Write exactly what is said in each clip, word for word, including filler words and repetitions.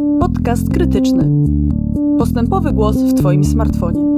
Podcast krytyczny. Postępowy głos w Twoim smartfonie.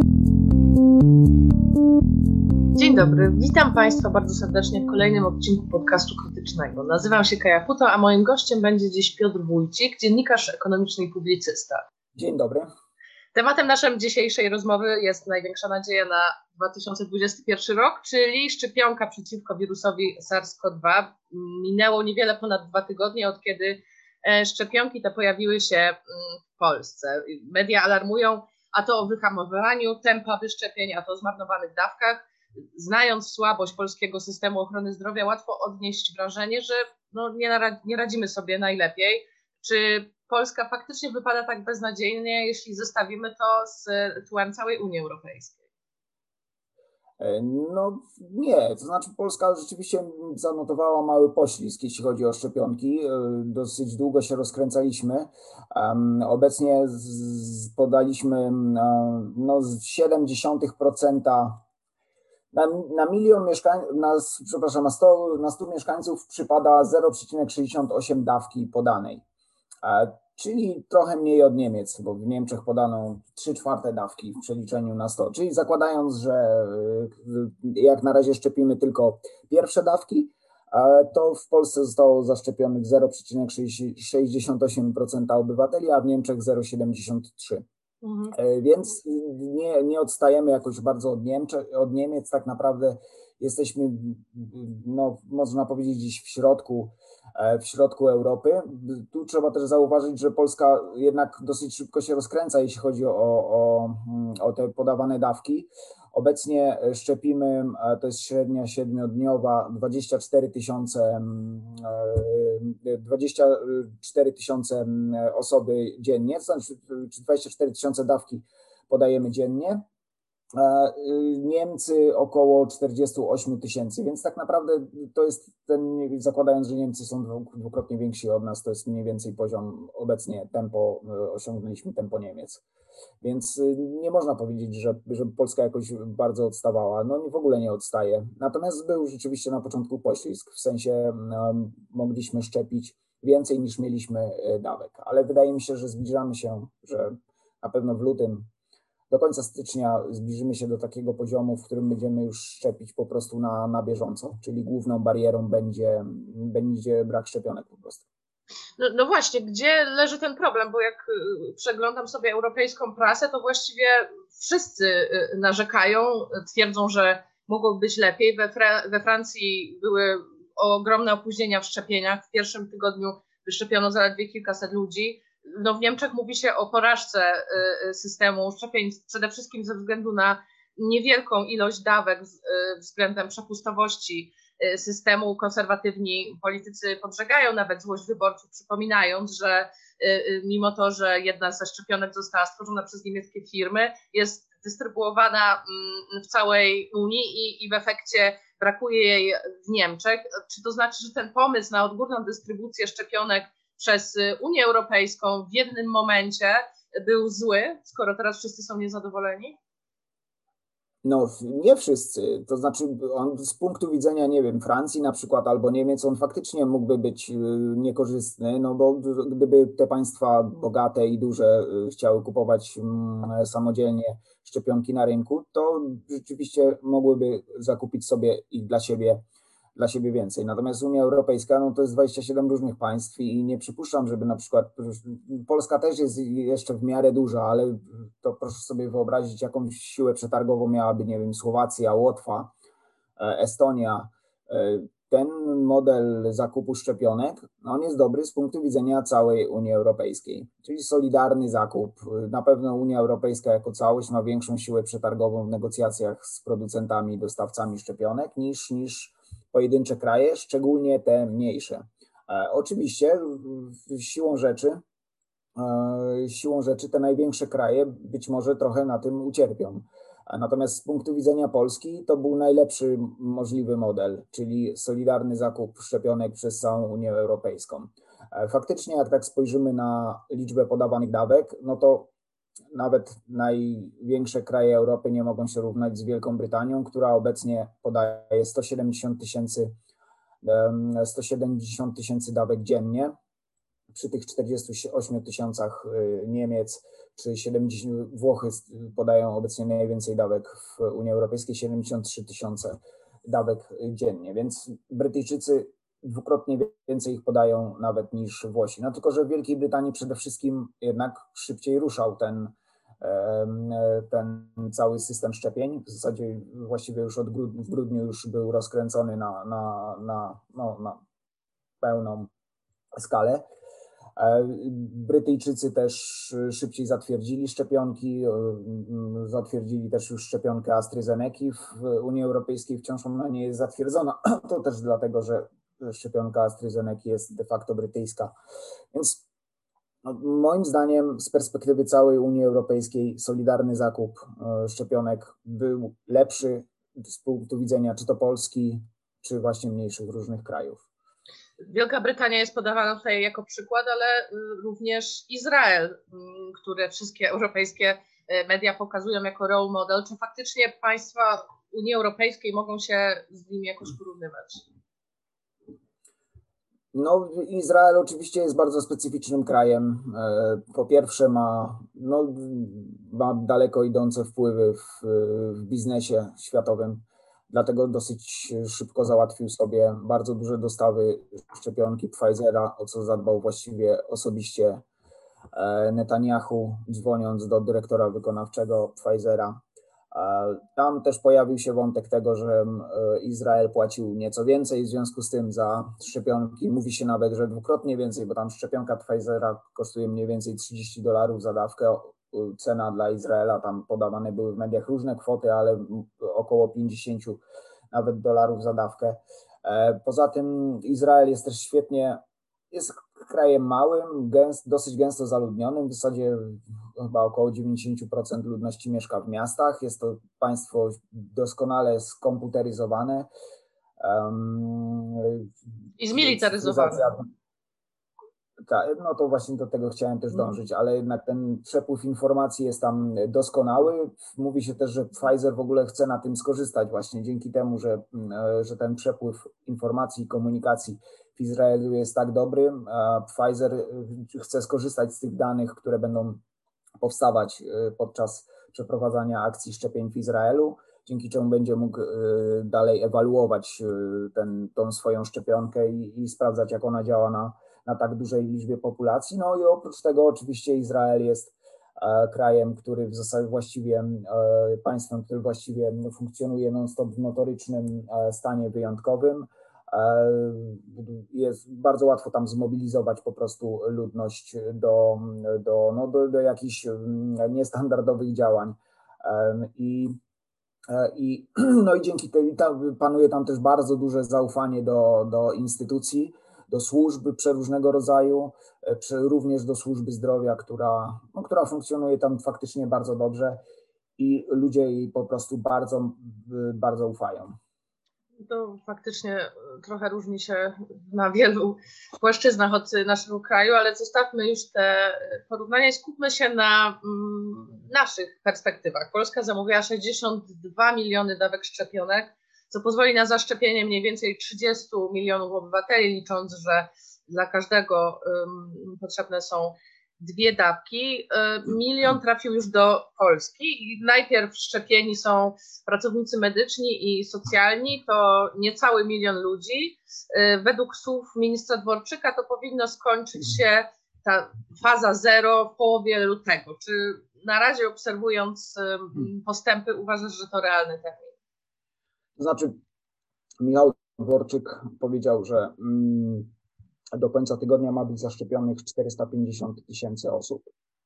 Dzień dobry, witam Państwa bardzo serdecznie w kolejnym odcinku podcastu krytycznego. Nazywam się Kaja Puto, a moim gościem będzie dziś Piotr Wójcik, dziennikarz ekonomiczny i publicysta. Dzień dobry. Tematem naszej dzisiejszej rozmowy jest największa nadzieja na dwa tysiące dwudziesty pierwszy rok, czyli szczepionka przeciwko wirusowi SARS-C o dwa. Minęło niewiele ponad dwa tygodnie, od kiedy szczepionki te pojawiły się w Polsce. Media alarmują a to o wyhamowaniu tempa wyszczepień, a to o zmarnowanych dawkach. Znając słabość polskiego systemu ochrony zdrowia, łatwo odnieść wrażenie, że no nie, nie radzimy sobie najlepiej. Czy Polska faktycznie wypada tak beznadziejnie, jeśli zestawimy to z tytułem całej Unii Europejskiej? No nie, to znaczy Polska rzeczywiście zanotowała mały poślizg, jeśli chodzi o szczepionki. Dosyć długo się rozkręcaliśmy. Obecnie podaliśmy no, siedem dziesiątych procenta na, na milion mieszkańców, na, przepraszam, na sto, na stu mieszkańców przypada zero przecinek sześćdziesiąt osiem dawki podanej. Czyli trochę mniej od Niemiec, bo w Niemczech podano trzy czwarte dawki w przeliczeniu na sto. Czyli zakładając, że jak na razie szczepimy tylko pierwsze dawki, to w Polsce zostało zaszczepionych zero przecinek sześćdziesiąt osiem procent obywateli, a w Niemczech zero przecinek siedemdziesiąt trzy procent. Mhm. Więc nie, nie odstajemy jakoś bardzo od, Niemcze, od Niemiec. Tak naprawdę jesteśmy, no, można powiedzieć, gdzieś w środku, w środku Europy. Tu trzeba też zauważyć, że Polska jednak dosyć szybko się rozkręca, jeśli chodzi o, o, o te podawane dawki. Obecnie szczepimy, to jest średnia siedmiodniowa, dwadzieścia cztery tysiące osoby dziennie, to znaczy dwadzieścia cztery tysiące dawki podajemy dziennie. Niemcy około czterdzieści osiem tysięcy, więc tak naprawdę to jest ten, zakładając, że Niemcy są dwukrotnie więksi od nas, to jest mniej więcej poziom obecnie tempo, osiągnęliśmy tempo Niemiec. Więc nie można powiedzieć, że, że Polska jakoś bardzo odstawała. No w ogóle nie odstaje. Natomiast był rzeczywiście na początku poślizg, w sensie um, mogliśmy szczepić więcej niż mieliśmy dawek, ale wydaje mi się, że zbliżamy się, że na pewno w lutym, do końca stycznia zbliżymy się do takiego poziomu, w którym będziemy już szczepić po prostu na, na bieżąco, czyli główną barierą będzie, będzie brak szczepionek po prostu. No, no właśnie, gdzie leży ten problem? Bo jak przeglądam sobie europejską prasę, to właściwie wszyscy narzekają, twierdzą, że mogło być lepiej. We, Fra- we Francji były ogromne opóźnienia w szczepieniach. W pierwszym tygodniu wyszczepiono zaledwie kilkaset ludzi. No w Niemczech mówi się o porażce systemu szczepień, przede wszystkim ze względu na niewielką ilość dawek względem przepustowości systemu. Konserwatywni politycy podżegają nawet złość wyborców, przypominając, że mimo to, że jedna ze szczepionek została stworzona przez niemieckie firmy, jest dystrybuowana w całej Unii i, i w efekcie brakuje jej w Niemczech. Czy to znaczy, że ten pomysł na odgórną dystrybucję szczepionek przez Unię Europejską w jednym momencie był zły, skoro teraz wszyscy są niezadowoleni? No nie wszyscy, to znaczy on z punktu widzenia, nie wiem, Francji na przykład albo Niemiec, on faktycznie mógłby być niekorzystny, no bo gdyby te państwa bogate i duże chciały kupować samodzielnie szczepionki na rynku, to rzeczywiście mogłyby zakupić sobie ich dla siebie dla siebie więcej. Natomiast Unia Europejska, no to jest dwadzieścia siedem różnych państw i nie przypuszczam, żeby na przykład, Polska też jest jeszcze w miarę duża, ale to proszę sobie wyobrazić, jakąś siłę przetargową miałaby, nie wiem, Słowacja, Łotwa, Estonia. Ten model zakupu szczepionek, no on jest dobry z punktu widzenia całej Unii Europejskiej, czyli solidarny zakup. Na pewno Unia Europejska jako całość ma większą siłę przetargową w negocjacjach z producentami, dostawcami szczepionek niż, niż pojedyncze kraje, szczególnie te mniejsze. E, oczywiście siłą rzeczy, e, siłą rzeczy te największe kraje być może trochę na tym ucierpią. Natomiast z punktu widzenia Polski to był najlepszy możliwy model, czyli solidarny zakup szczepionek przez całą Unię Europejską. E, faktycznie jak tak spojrzymy na liczbę podawanych dawek, no to nawet największe kraje Europy nie mogą się równać z Wielką Brytanią, która obecnie podaje sto siedemdziesiąt tysięcy dawek dziennie. przy tych czterdziestu ośmiu tysiącach Niemiec czy siedemdziesiąt, Włochy podają obecnie najwięcej dawek w Unii Europejskiej, siedemdziesiąt trzy tysiące dawek dziennie, więc Brytyjczycy dwukrotnie więcej ich podają nawet niż Włosi. No tylko, że w Wielkiej Brytanii przede wszystkim jednak szybciej ruszał ten, ten cały system szczepień. W zasadzie właściwie już od grudnia, w grudniu już był rozkręcony na, na, na, no, na pełną skalę. Brytyjczycy też szybciej zatwierdzili szczepionki, zatwierdzili też już szczepionkę AstraZeneki. W Unii Europejskiej wciąż ona nie jest zatwierdzona. To też dlatego, że szczepionka AstraZeneki jest de facto brytyjska. Więc no, moim zdaniem z perspektywy całej Unii Europejskiej solidarny zakup szczepionek był lepszy z punktu widzenia czy to Polski, czy właśnie mniejszych różnych krajów. Wielka Brytania jest podawana tutaj jako przykład, ale również Izrael, które wszystkie europejskie media pokazują jako role model. Czy faktycznie państwa Unii Europejskiej mogą się z nim jakoś porównywać? No, Izrael oczywiście jest bardzo specyficznym krajem. Po pierwsze ma, no, ma daleko idące wpływy w, w biznesie światowym, dlatego dosyć szybko załatwił sobie bardzo duże dostawy szczepionki Pfizera, o co zadbał właściwie osobiście Netanyahu, dzwoniąc do dyrektora wykonawczego Pfizera. Tam też pojawił się wątek tego, że Izrael płacił nieco więcej w związku z tym za szczepionki. Mówi się nawet, że dwukrotnie więcej, bo tam szczepionka Pfizera kosztuje mniej więcej trzydzieści dolarów za dawkę. Cena dla Izraela, tam podawane były w mediach różne kwoty, ale około pięćdziesiąt nawet dolarów za dawkę. Poza tym Izrael jest też świetnie, jest krajem małym, gęst, dosyć gęsto zaludnionym, w zasadzie chyba około dziewięćdziesiąt procent ludności mieszka w miastach, jest to państwo doskonale skomputeryzowane. Um, I zmilitaryzowane. Tak, no to właśnie do tego chciałem też dążyć, ale jednak ten przepływ informacji jest tam doskonały. Mówi się też, że Pfizer w ogóle chce na tym skorzystać właśnie dzięki temu, że, że ten przepływ informacji i komunikacji w Izraelu jest tak dobry. Pfizer chce skorzystać z tych danych, które będą powstawać podczas przeprowadzania akcji szczepień w Izraelu, dzięki czemu będzie mógł dalej ewaluować ten, tą swoją szczepionkę i, i sprawdzać, jak ona działa na na tak dużej liczbie populacji. No i oprócz tego oczywiście Izrael jest krajem, który w zasadzie właściwie, państwem, który właściwie funkcjonuje non-stop w notorycznym stanie wyjątkowym. Jest bardzo łatwo tam zmobilizować po prostu ludność do, do, no do, do jakichś niestandardowych działań. I I, no i dzięki temu panuje tam też bardzo duże zaufanie do, do instytucji, do służby przeróżnego rodzaju, również do służby zdrowia, która, no, która funkcjonuje tam faktycznie bardzo dobrze i ludzie jej po prostu bardzo, bardzo ufają. To faktycznie trochę różni się na wielu płaszczyznach od naszego kraju, ale zostawmy już te porównania i skupmy się na naszych perspektywach. Polska zamówiła sześćdziesiąt dwa miliony dawek szczepionek, co pozwoli na zaszczepienie mniej więcej trzydzieści milionów obywateli, licząc, że dla każdego um, potrzebne są dwie dawki. Milion trafił już do Polski i najpierw szczepieni są pracownicy medyczni i socjalni, to niecały milion ludzi. Według słów ministra Dworczyka to powinno skończyć się ta faza zero w połowie lutego. Czy na razie obserwując postępy uważasz, że to realny termin? To znaczy, Michał Dworczyk powiedział, że mm, do końca tygodnia ma być zaszczepionych czterysta pięćdziesiąt tysięcy osób.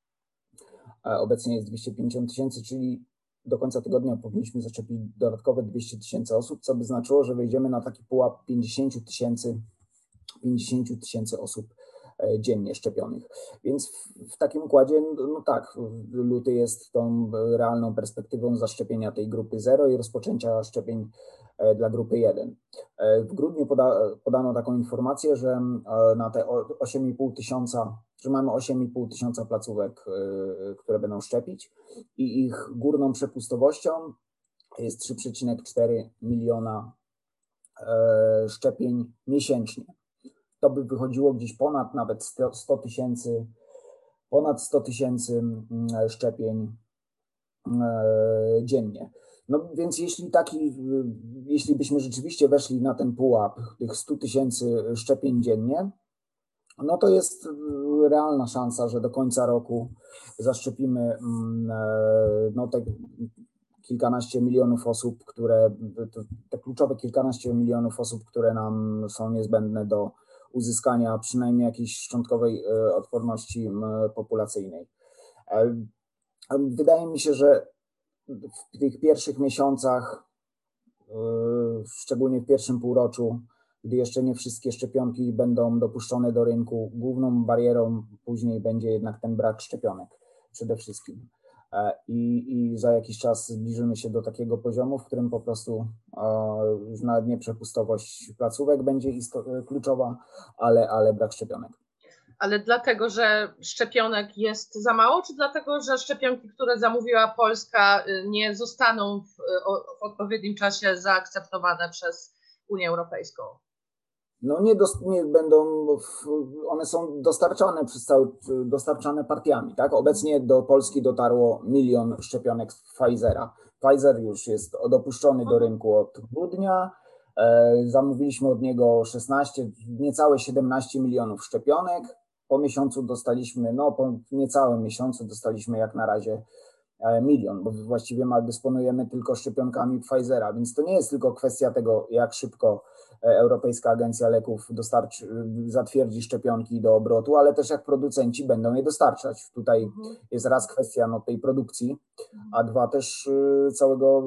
Obecnie jest dwieście pięćdziesiąt tysięcy, czyli do końca tygodnia powinniśmy zaszczepić dodatkowe dwieście tysięcy osób, co by znaczyło, że wejdziemy na taki pułap pięćdziesiąt tysięcy pięćdziesiąt tysięcy osób dziennie szczepionych. Więc w, w takim układzie, no tak, luty jest tą realną perspektywą zaszczepienia tej grupy zero i rozpoczęcia szczepień dla grupy jeden. W grudniu poda, podano taką informację, że na te osiem i pół tysiąca, że mamy osiem i pół tysiąca placówek, które będą szczepić i ich górną przepustowością jest trzy przecinek cztery miliona szczepień miesięcznie. to by wychodziło gdzieś ponad nawet sto tysięcy, ponad sto tysięcy szczepień dziennie. No więc jeśli taki, jeśli byśmy rzeczywiście weszli na ten pułap tych stu tysięcy szczepień dziennie, no to jest realna szansa, że do końca roku zaszczepimy no, te kilkanaście milionów osób, które, te kluczowe kilkanaście milionów osób, które nam są niezbędne do uzyskania przynajmniej jakiejś szczątkowej odporności populacyjnej. Wydaje mi się, że w tych pierwszych miesiącach, szczególnie w pierwszym półroczu, gdy jeszcze nie wszystkie szczepionki będą dopuszczone do rynku, główną barierą później będzie jednak ten brak szczepionek przede wszystkim. I, i za jakiś czas zbliżymy się do takiego poziomu, w którym po prostu już nawet nie przepustowość placówek będzie istot- kluczowa, ale, ale brak szczepionek. Ale dlatego, że szczepionek jest za mało, czy dlatego, że szczepionki, które zamówiła Polska, nie zostaną w, w odpowiednim czasie zaakceptowane przez Unię Europejską? No nie, dos, nie będą, one są dostarczane przez cały, dostarczane partiami, tak? Obecnie do Polski dotarło milion szczepionek z Pfizera. Pfizer już jest dopuszczony do rynku od grudnia. Zamówiliśmy od niego szesnaście, niecałe siedemnaście milionów szczepionek. Po miesiącu dostaliśmy, no po niecałym miesiącu dostaliśmy jak na razie milion, bo właściwie dysponujemy tylko szczepionkami Pfizera, więc to nie jest tylko kwestia tego, jak szybko Europejska Agencja Leków dostarczy, zatwierdzi szczepionki do obrotu, ale też jak producenci będą je dostarczać. Tutaj mhm. jest raz kwestia no, tej produkcji, a dwa też całego,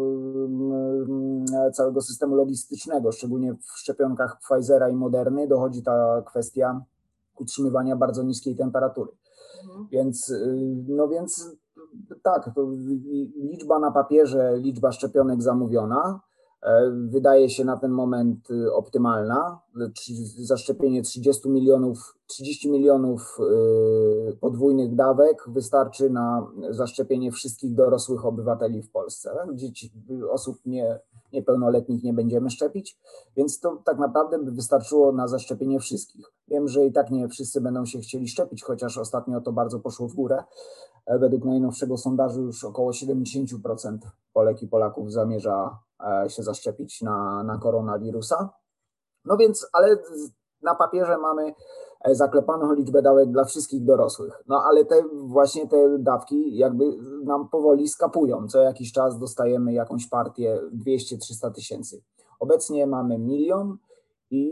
całego systemu logistycznego, szczególnie w szczepionkach Pfizera i Moderny dochodzi ta kwestia utrzymywania bardzo niskiej temperatury. Mhm. Więc, no więc tak, to liczba na papierze, liczba szczepionek zamówiona wydaje się na ten moment optymalna. Zaszczepienie trzydzieści milionów, trzydzieści milionów podwójnych dawek wystarczy na zaszczepienie wszystkich dorosłych obywateli w Polsce. Dzieci, osób nie, niepełnoletnich nie będziemy szczepić, więc to tak naprawdę by wystarczyło na zaszczepienie wszystkich. Wiem, że i tak nie wszyscy będą się chcieli szczepić, chociaż ostatnio to bardzo poszło w górę. Według najnowszego sondażu już około siedemdziesiąt procent Polek i Polaków zamierza się zaszczepić na, na koronawirusa. No więc, ale na papierze mamy zaklepaną liczbę dawek dla wszystkich dorosłych. No ale te właśnie te dawki jakby nam powoli skapują. Co jakiś czas dostajemy jakąś partię dwieście trzysta tysięcy. Obecnie mamy milion i,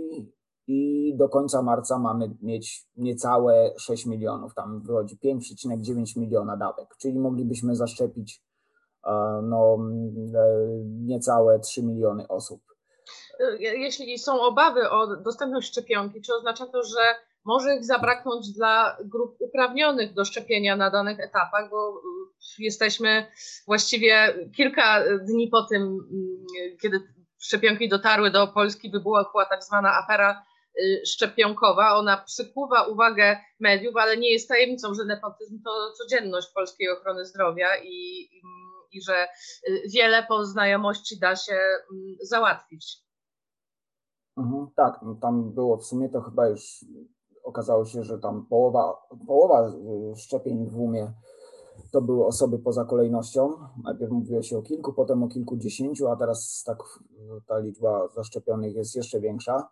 i do końca marca mamy mieć niecałe sześć milionów. Tam wychodzi pięć przecinek dziewięć miliona dawek, czyli moglibyśmy zaszczepić no, niecałe trzy miliony osób. Jeśli są obawy o dostępność szczepionki, czy oznacza to, że może ich zabraknąć dla grup uprawnionych do szczepienia na danych etapach, bo jesteśmy właściwie kilka dni po tym, kiedy szczepionki dotarły do Polski, wybuchła tak zwana afera szczepionkowa. Ona przykuwa uwagę mediów, ale nie jest tajemnicą, że nepotyzm to codzienność polskiej ochrony zdrowia i, i że wiele po znajomości da się załatwić. Mhm, tak, no tam było w sumie to chyba już okazało się, że tam połowa, połowa szczepień w umie to były osoby poza kolejnością. Najpierw mówiło się o kilku, potem o kilkudziesięciu, a teraz tak ta liczba zaszczepionych jest jeszcze większa.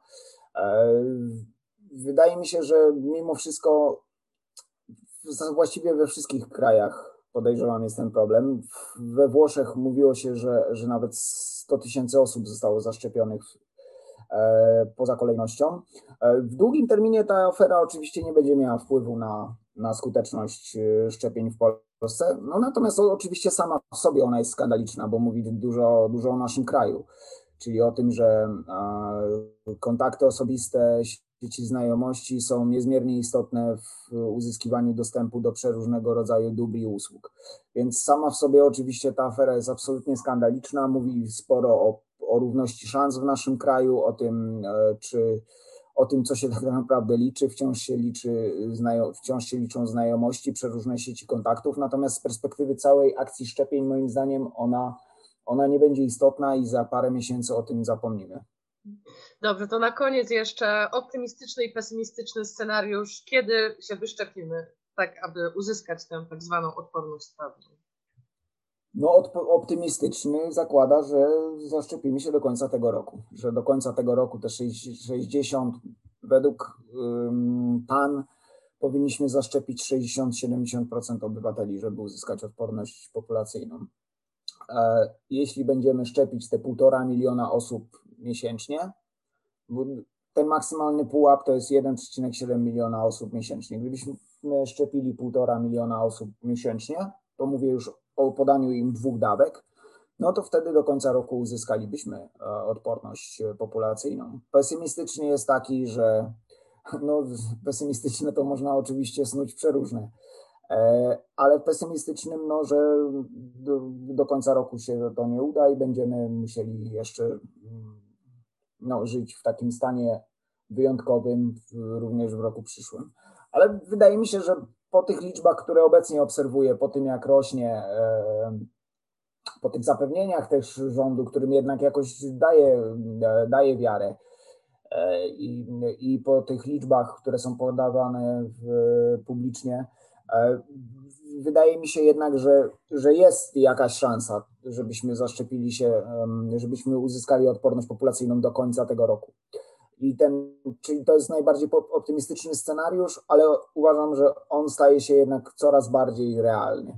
Wydaje mi się, że mimo wszystko właściwie we wszystkich krajach podejrzewam jest ten problem. We Włoszech mówiło się, że, że nawet sto tysięcy osób zostało zaszczepionych poza kolejnością. W długim terminie ta afera oczywiście nie będzie miała wpływu na, na skuteczność szczepień w Polsce. No natomiast oczywiście sama w sobie ona jest skandaliczna, bo mówi dużo, dużo o naszym kraju, czyli o tym, że kontakty osobiste, sieci znajomości są niezmiernie istotne w uzyskiwaniu dostępu do przeróżnego rodzaju dóbr i usług. Więc sama w sobie oczywiście ta afera jest absolutnie skandaliczna, mówi sporo o, o równości szans w naszym kraju, o tym, czy o tym, co się tak naprawdę liczy, wciąż się liczy, wciąż się liczą znajomości, przeróżne sieci kontaktów, natomiast z perspektywy całej akcji szczepień moim zdaniem ona, ona nie będzie istotna i za parę miesięcy o tym zapomnimy. Dobrze, to na koniec jeszcze optymistyczny i pesymistyczny scenariusz, kiedy się wyszczepimy, tak aby uzyskać tę tak zwaną odporność stawną. No, optymistyczny zakłada, że zaszczepimy się do końca tego roku, że do końca tego roku te sześćdziesiąt, według um, P A N powinniśmy zaszczepić sześćdziesiąt do siedemdziesięciu procent obywateli, żeby uzyskać odporność populacyjną. E, jeśli będziemy szczepić te półtora miliona osób miesięcznie, bo ten maksymalny pułap to jest jeden przecinek siedem miliona osób miesięcznie. Gdybyśmy szczepili półtora miliona osób miesięcznie, to mówię już o podaniu im dwóch dawek, no to wtedy do końca roku uzyskalibyśmy odporność populacyjną. Pesymistyczny jest taki, że no pesymistyczne to można oczywiście snuć przeróżne, ale w pesymistycznym, no, że do, do końca roku się to nie uda i będziemy musieli jeszcze no, żyć w takim stanie wyjątkowym również w roku przyszłym. Ale wydaje mi się, że po tych liczbach, które obecnie obserwuję, po tym jak rośnie, po tych zapewnieniach też rządu, którym jednak jakoś daje, daje wiarę i, i po tych liczbach, które są podawane w, publicznie, wydaje mi się jednak, że, że jest jakaś szansa, żebyśmy zaszczepili się, żebyśmy uzyskali odporność populacyjną do końca tego roku. I ten, czyli to jest najbardziej optymistyczny scenariusz, ale uważam, że on staje się jednak coraz bardziej realny.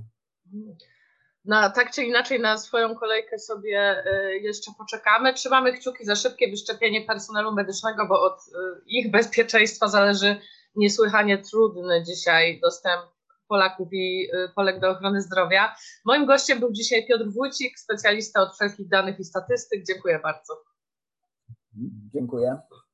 No, tak czy inaczej na swoją kolejkę sobie jeszcze poczekamy. Trzymamy kciuki za szybkie wyszczepienie personelu medycznego, bo od ich bezpieczeństwa zależy niesłychanie trudny dzisiaj dostęp Polaków i Polek do ochrony zdrowia. Moim gościem był dzisiaj Piotr Wójcik, specjalista od wszelkich danych i statystyk. Dziękuję bardzo. Dziękuję.